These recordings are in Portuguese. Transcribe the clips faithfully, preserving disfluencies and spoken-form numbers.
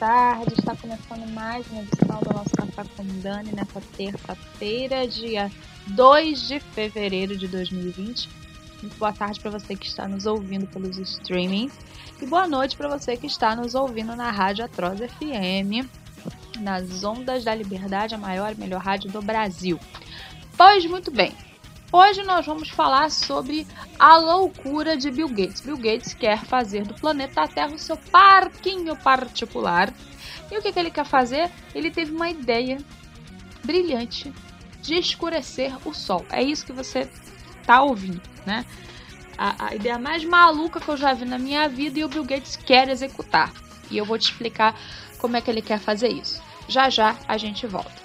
tarde. Está começando mais uma edição do nosso Café com Dani nessa terça-feira, dia dois de fevereiro de dois mil e vinte. Muito boa tarde para você que está nos ouvindo pelos streamings e boa noite para você que está nos ouvindo na Rádio Atroz F M, nas ondas da liberdade, a maior e melhor rádio do Brasil. Pois muito bem, hoje nós vamos falar sobre a loucura de Bill Gates. Bill Gates quer fazer do planeta Terra o seu parquinho particular. E o que, que ele quer fazer? Ele teve uma ideia brilhante de escurecer o Sol. É isso que você está ouvindo, né? A, a ideia mais maluca que eu já vi na minha vida e o Bill Gates quer executar. E eu vou te explicar como é que ele quer fazer isso. Já já a gente volta.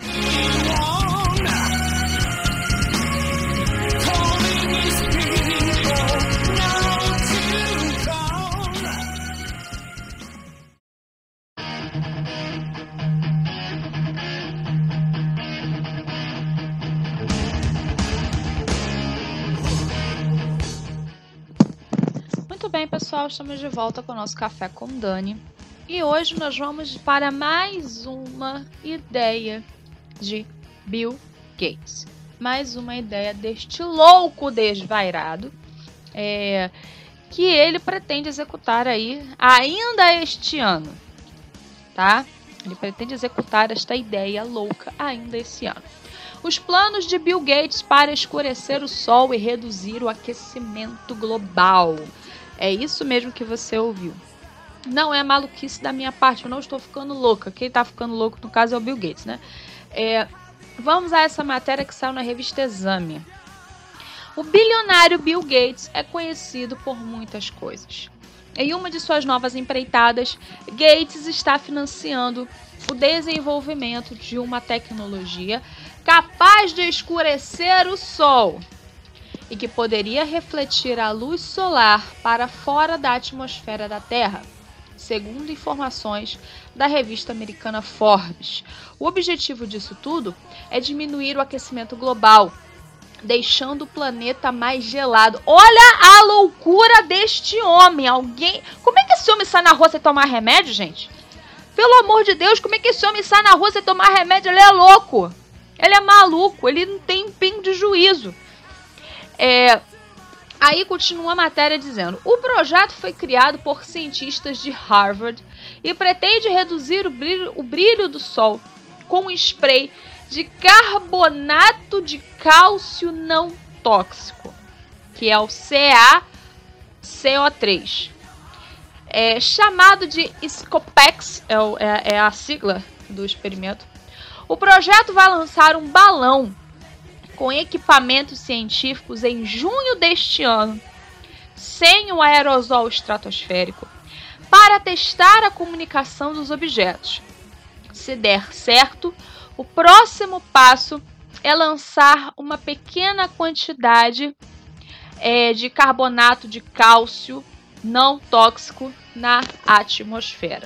Muito bem, pessoal, estamos de volta com o nosso Café com Dani. E hoje nós vamos para mais uma ideia de Bill Gates. Mais uma ideia deste louco desvairado, é, que ele pretende executar aí ainda este ano, tá? Ele pretende executar esta ideia louca ainda esse ano. Os planos de Bill Gates para escurecer o Sol e reduzir o aquecimento global. É isso mesmo que você ouviu. Não é maluquice da minha parte, eu não estou ficando louca. Quem está ficando louco, no caso, é o Bill Gates, né? É, vamos a essa matéria que saiu na revista Exame. O bilionário Bill Gates é conhecido por muitas coisas. Em uma de suas novas empreitadas, Gates está financiando o desenvolvimento de uma tecnologia capaz de escurecer o Sol e que poderia refletir a luz solar para fora da atmosfera da Terra, segundo informações da revista americana Forbes. O objetivo disso tudo é diminuir o aquecimento global, deixando o planeta mais gelado. Olha a loucura deste homem! Alguém... Como é que esse homem sai na rua sem tomar remédio, gente? Pelo amor de Deus, como é que esse homem sai na rua sem tomar remédio? Ele é louco! Ele é maluco, ele não tem um pingo de juízo. É, aí continua a matéria dizendo: o projeto foi criado por cientistas de Harvard e pretende reduzir o brilho, o brilho do Sol com um spray de carbonato de cálcio não tóxico, que é o C A C O três. É, chamado de Scopex, é, o, é, é a sigla do experimento. O projeto vai lançar um balão com equipamentos científicos em junho deste ano, sem o aerosol estratosférico, para testar a comunicação dos objetos. Se der certo, o próximo passo é lançar uma pequena quantidade é, de carbonato de cálcio não tóxico na atmosfera.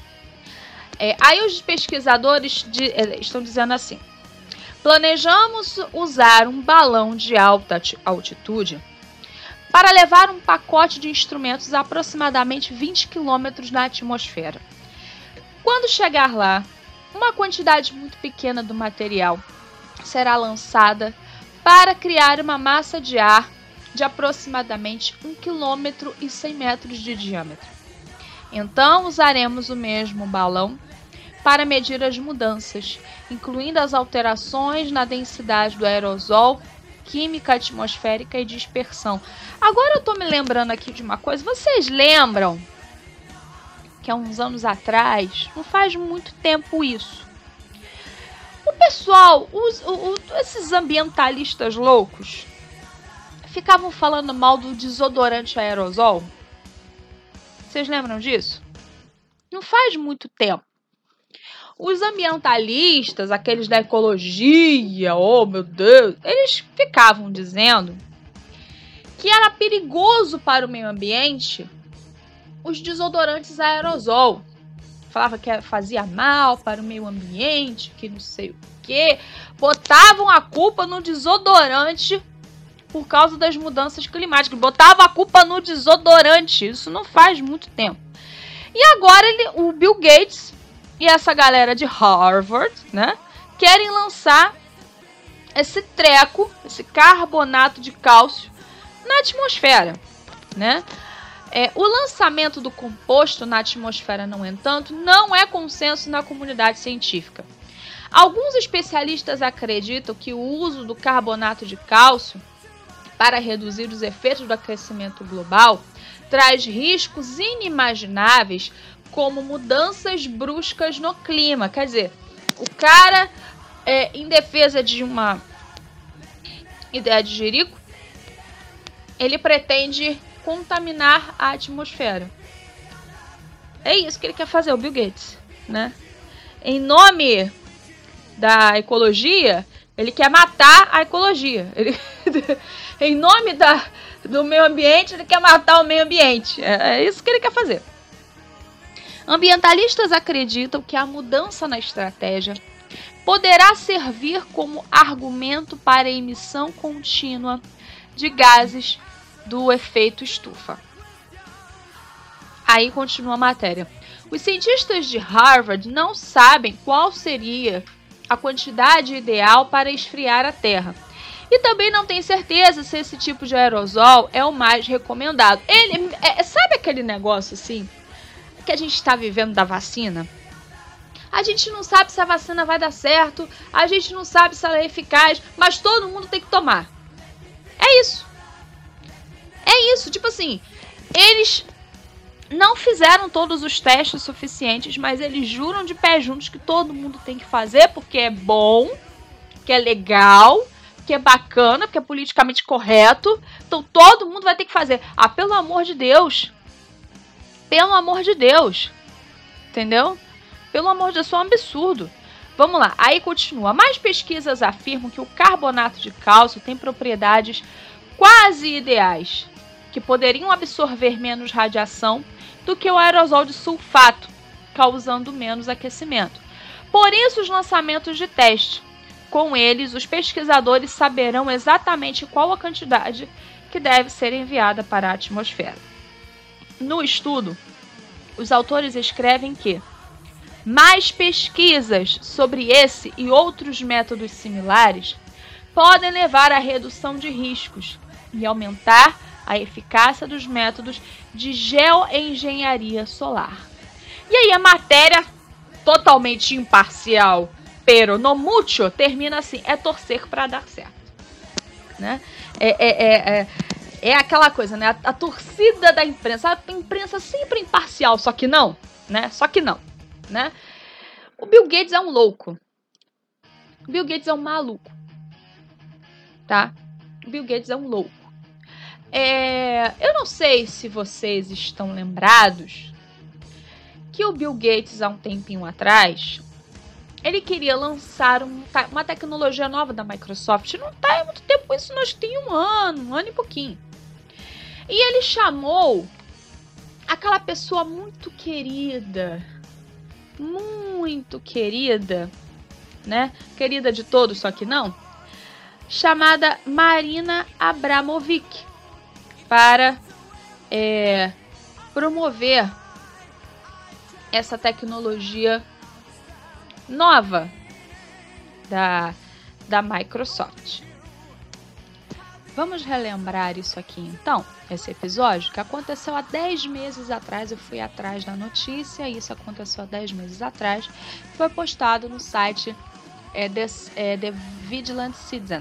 É, aí os pesquisadores de, é, estão dizendo assim: planejamos usar um balão de alta altitude para levar um pacote de instrumentos a aproximadamente vinte quilômetros na atmosfera. Quando chegar lá, uma quantidade muito pequena do material será lançada para criar uma massa de ar de aproximadamente um quilômetro e cem metros de diâmetro. Então, usaremos o mesmo balão para medir as mudanças, incluindo as alterações na densidade do aerosol, química atmosférica e dispersão. Agora eu estou me lembrando aqui de uma coisa. Vocês lembram que há uns anos atrás, não faz muito tempo isso, o pessoal, os, o, esses ambientalistas loucos, ficavam falando mal do desodorante aerosol? Vocês lembram disso? Não faz muito tempo. Os ambientalistas, aqueles da ecologia, oh meu Deus, eles ficavam dizendo que era perigoso para o meio ambiente os desodorantes aerosol. Falava que fazia mal para o meio ambiente, que não sei o quê. Botavam a culpa no desodorante por causa das mudanças climáticas. Botavam a culpa no desodorante. Isso não faz muito tempo. E agora ele, o Bill Gates e essa galera de Harvard, né, querem lançar esse treco, esse carbonato de cálcio na atmosfera, né? É, o lançamento do composto na atmosfera, no entanto, não é consenso na comunidade científica. Alguns especialistas acreditam que o uso do carbonato de cálcio para reduzir os efeitos do aquecimento global traz riscos inimagináveis, como mudanças bruscas no clima. Quer dizer, o cara, é, em defesa de uma ideia de Jerico, ele pretende contaminar a atmosfera. É isso que ele quer fazer, o Bill Gates, né? Em nome da ecologia, ele quer matar a ecologia. Ele, em nome da, do meio ambiente, ele quer matar o meio ambiente. É, é isso que ele quer fazer. Ambientalistas acreditam que a mudança na estratégia poderá servir como argumento para a emissão contínua de gases do efeito estufa. Aí continua a matéria. Os cientistas de Harvard não sabem qual seria a quantidade ideal para esfriar a Terra. E também não tem certeza se esse tipo de aerosol é o mais recomendado. Ele, é, sabe aquele negócio assim que a gente está vivendo da vacina? A gente não sabe se a vacina vai dar certo, a gente não sabe se ela é eficaz, mas todo mundo tem que tomar. É isso. É isso, tipo assim, eles não fizeram todos os testes suficientes, mas eles juram de pé juntos que todo mundo tem que fazer, porque é bom, que é legal, que é bacana, porque é politicamente correto. Então todo mundo vai ter que fazer. Ah, pelo amor de Deus. Pelo amor de Deus. Entendeu? Pelo amor de Deus, isso é um absurdo. Vamos lá, aí continua. Mais pesquisas afirmam que o carbonato de cálcio tem propriedades quase ideais, que poderiam absorver menos radiação do que o aerosol de sulfato, causando menos aquecimento. Por isso, os lançamentos de teste. Com eles, os pesquisadores saberão exatamente qual a quantidade que deve ser enviada para a atmosfera. No estudo, os autores escrevem que mais pesquisas sobre esse e outros métodos similares podem levar à redução de riscos e aumentar a eficácia dos métodos de geoengenharia solar. E aí a matéria, totalmente imparcial, pero no mucho, termina assim, é torcer para dar certo. Né? É, é, é, é, é aquela coisa, né? A, a torcida da imprensa, a imprensa sempre imparcial, só que não, né? Só que não, né? O Bill Gates é um louco. O Bill Gates é um maluco. Tá? O Bill Gates é um louco. É, eu não sei se vocês estão lembrados que o Bill Gates, há um tempinho atrás, ele queria lançar um, uma tecnologia nova da Microsoft. Não está há muito tempo isso, nós tem um ano, um ano e pouquinho. E ele chamou aquela pessoa muito querida, muito querida, né? Querida de todos, só que não, chamada Marina Abramovic, para é, promover essa tecnologia nova da, da Microsoft. Vamos relembrar isso aqui então, esse episódio que aconteceu há dez meses atrás. Eu fui atrás da notícia, isso aconteceu há dez meses atrás. Foi postado no site é, des, é, The Vigilant Citizen.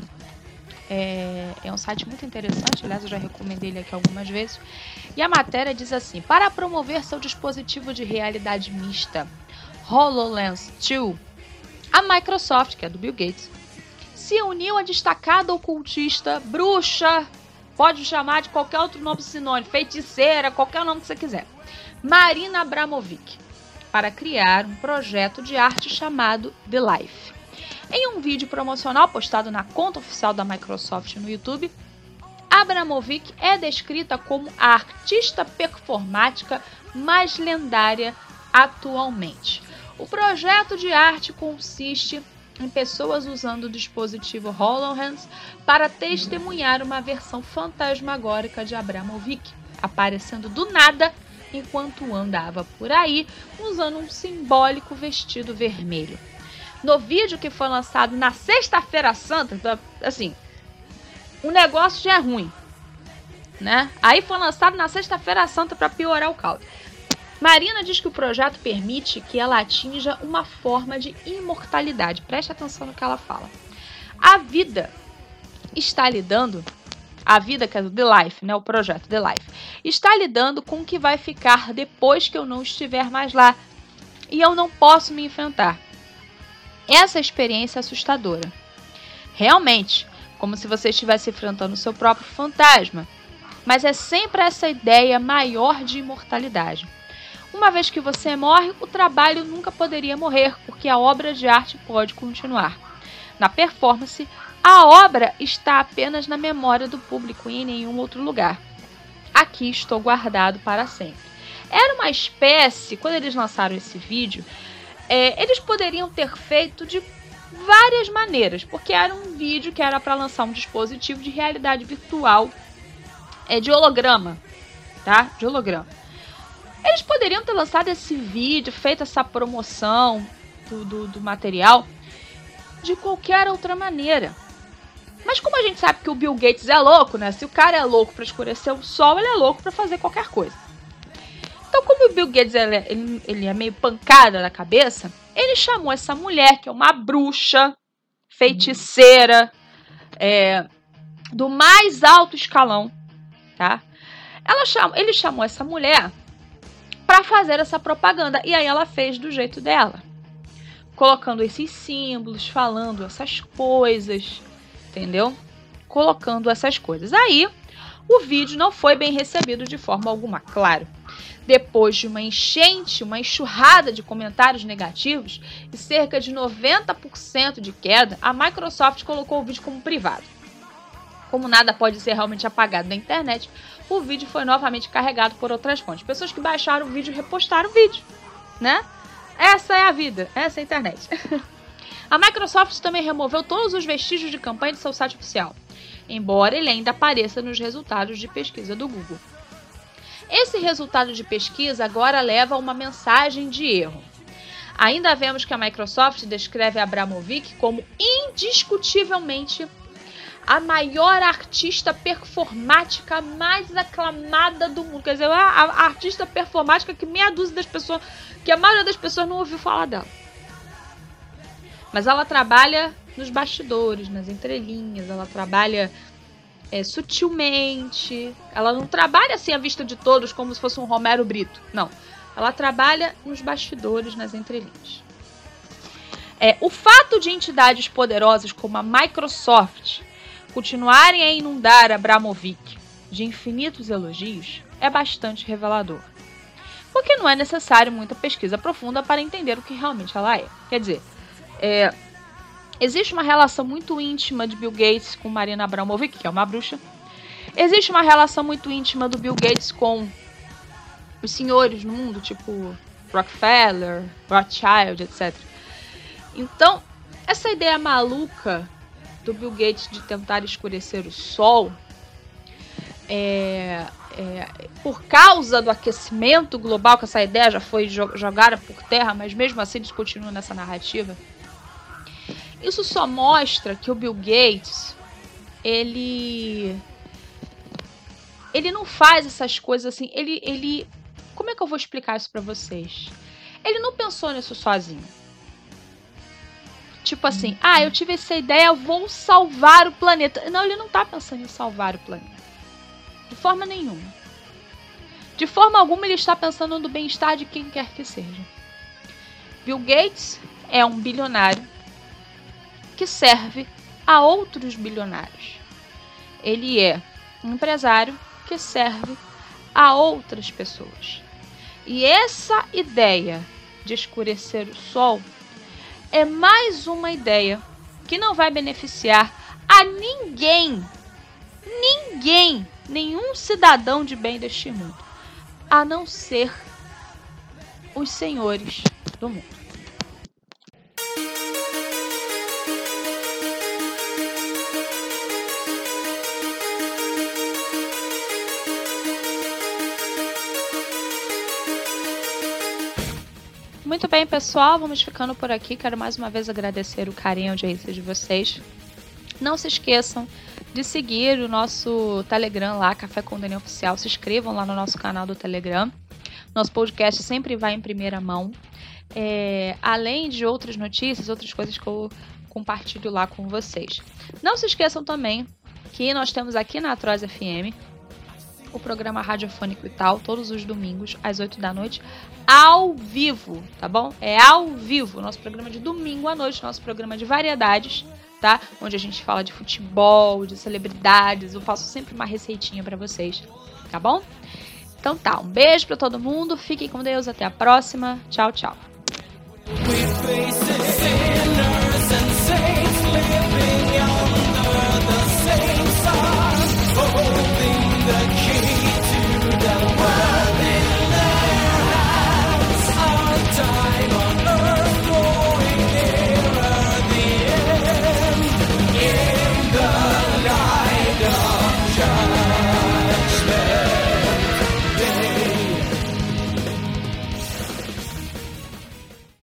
É, é um site muito interessante, aliás eu já recomendei ele aqui algumas vezes. E a matéria diz assim: para promover seu dispositivo de realidade mista HoloLens dois, a Microsoft, que é do Bill Gates, se uniu a destacada ocultista, bruxa, pode chamar de qualquer outro nome sinônimo, feiticeira, qualquer nome que você quiser, Marina Abramovic, para criar um projeto de arte chamado The Life. Em um vídeo promocional postado na conta oficial da Microsoft no YouTube, Abramovic é descrita como a artista performática mais lendária atualmente. O projeto de arte consiste em pessoas usando o dispositivo HoloLens para testemunhar uma versão fantasmagórica de Abramovic, aparecendo do nada enquanto andava por aí usando um simbólico vestido vermelho. No vídeo que foi lançado na Sexta-feira Santa, assim, o negócio já é ruim, né? Aí foi lançado na Sexta-feira Santa para piorar o caldo. Marina diz que o projeto permite que ela atinja uma forma de imortalidade. Preste atenção no que ela fala. A vida está lidando, a vida que é do The Life, né, o projeto The Life, está lidando com o que vai ficar depois que eu não estiver mais lá. E eu não posso me enfrentar. Essa experiência é assustadora. Realmente, como se você estivesse enfrentando o seu próprio fantasma. Mas é sempre essa ideia maior de imortalidade. Uma vez que você morre, o trabalho nunca poderia morrer, porque a obra de arte pode continuar. Na performance, a obra está apenas na memória do público e em nenhum outro lugar. Aqui estou guardado para sempre. Era uma espécie, quando eles lançaram esse vídeo, é, eles poderiam ter feito de várias maneiras, porque era um vídeo que era para lançar um dispositivo de realidade virtual, é, de holograma, tá? De holograma. Eles poderiam ter lançado esse vídeo, feito essa promoção do, do, do material de qualquer outra maneira. Mas como a gente sabe que o Bill Gates é louco, né? Se o cara é louco para escurecer o sol, ele é louco para fazer qualquer coisa. Então, como o Bill Gates ele, ele, ele é meio pancada na cabeça, ele chamou essa mulher, que é uma bruxa, feiticeira, é, do mais alto escalão, tá? Ela chamou, ele chamou essa mulher para fazer essa propaganda. E aí ela fez do jeito dela. Colocando esses símbolos, falando essas coisas, entendeu? Colocando essas coisas. Aí, o vídeo não foi bem recebido de forma alguma, claro. Depois de uma enchente, uma enxurrada de comentários negativos e cerca de noventa por cento de queda, a Microsoft colocou o vídeo como privado. Como nada pode ser realmente apagado da internet, o vídeo foi novamente carregado por outras fontes. Pessoas que baixaram o vídeo repostaram o vídeo, né? Essa é a vida, essa é a internet. A Microsoft também removeu todos os vestígios de campanha de seu site oficial, embora ele ainda apareça nos resultados de pesquisa do Google. Esse resultado de pesquisa agora leva a uma mensagem de erro. Ainda vemos que a Microsoft descreve Abramovic como indiscutivelmente a maior artista performática mais aclamada do mundo. Quer dizer, a, a artista performática que meia dúzia das pessoas, que a maioria das pessoas não ouviu falar dela. Mas ela trabalha nos bastidores, nas entrelinhas, ela trabalha é, sutilmente. Ela não trabalha assim à vista de todos como se fosse um Romero Brito. Não. Ela trabalha nos bastidores, nas entrelinhas. É, o fato de entidades poderosas como a Microsoft continuarem a inundar Abramovic de infinitos elogios é bastante revelador. Porque não é necessário muita pesquisa profunda para entender o que realmente ela é. Quer dizer, é, existe uma relação muito íntima de Bill Gates com Marina Abramovic, que é uma bruxa. Existe uma relação muito íntima do Bill Gates com os senhores no mundo, tipo Rockefeller, Rothschild, etcétera. Então, essa ideia maluca do Bill Gates de tentar escurecer o sol, é, é, por causa do aquecimento global, que essa ideia já foi jogada por terra, mas mesmo assim eles continuam nessa narrativa. Isso só mostra que o Bill Gates, ele, ele não faz essas coisas assim, ele, ele, como é que eu vou explicar isso para vocês? Ele não pensou nisso sozinho. Tipo assim, ah, eu tive essa ideia, eu vou salvar o planeta. Não, ele não tá pensando em salvar o planeta. De forma nenhuma. De forma alguma ele está pensando no bem-estar de quem quer que seja. Bill Gates é um bilionário que serve a outros bilionários. Ele é um empresário que serve a outras pessoas. E essa ideia de escurecer o sol é mais uma ideia que não vai beneficiar a ninguém, ninguém, nenhum cidadão de bem deste mundo, a não ser os senhores do mundo. Muito bem, pessoal, vamos ficando por aqui. Quero mais uma vez agradecer o carinho e a audiência de vocês. Não se esqueçam de seguir o nosso Telegram lá, Café com Dani Oficial. Se inscrevam lá no nosso canal do Telegram. Nosso podcast sempre vai em primeira mão. É, além de outras notícias, outras coisas que eu compartilho lá com vocês. Não se esqueçam também que nós temos aqui na Atroz F M o programa radiofônico e tal, todos os domingos, às oito da noite, ao vivo, tá bom? É ao vivo, nosso programa de domingo à noite, nosso programa de variedades, tá? Onde a gente fala de futebol, de celebridades, eu faço sempre uma receitinha pra vocês, tá bom? Então tá, um beijo pra todo mundo, fiquem com Deus, até a próxima, tchau, tchau.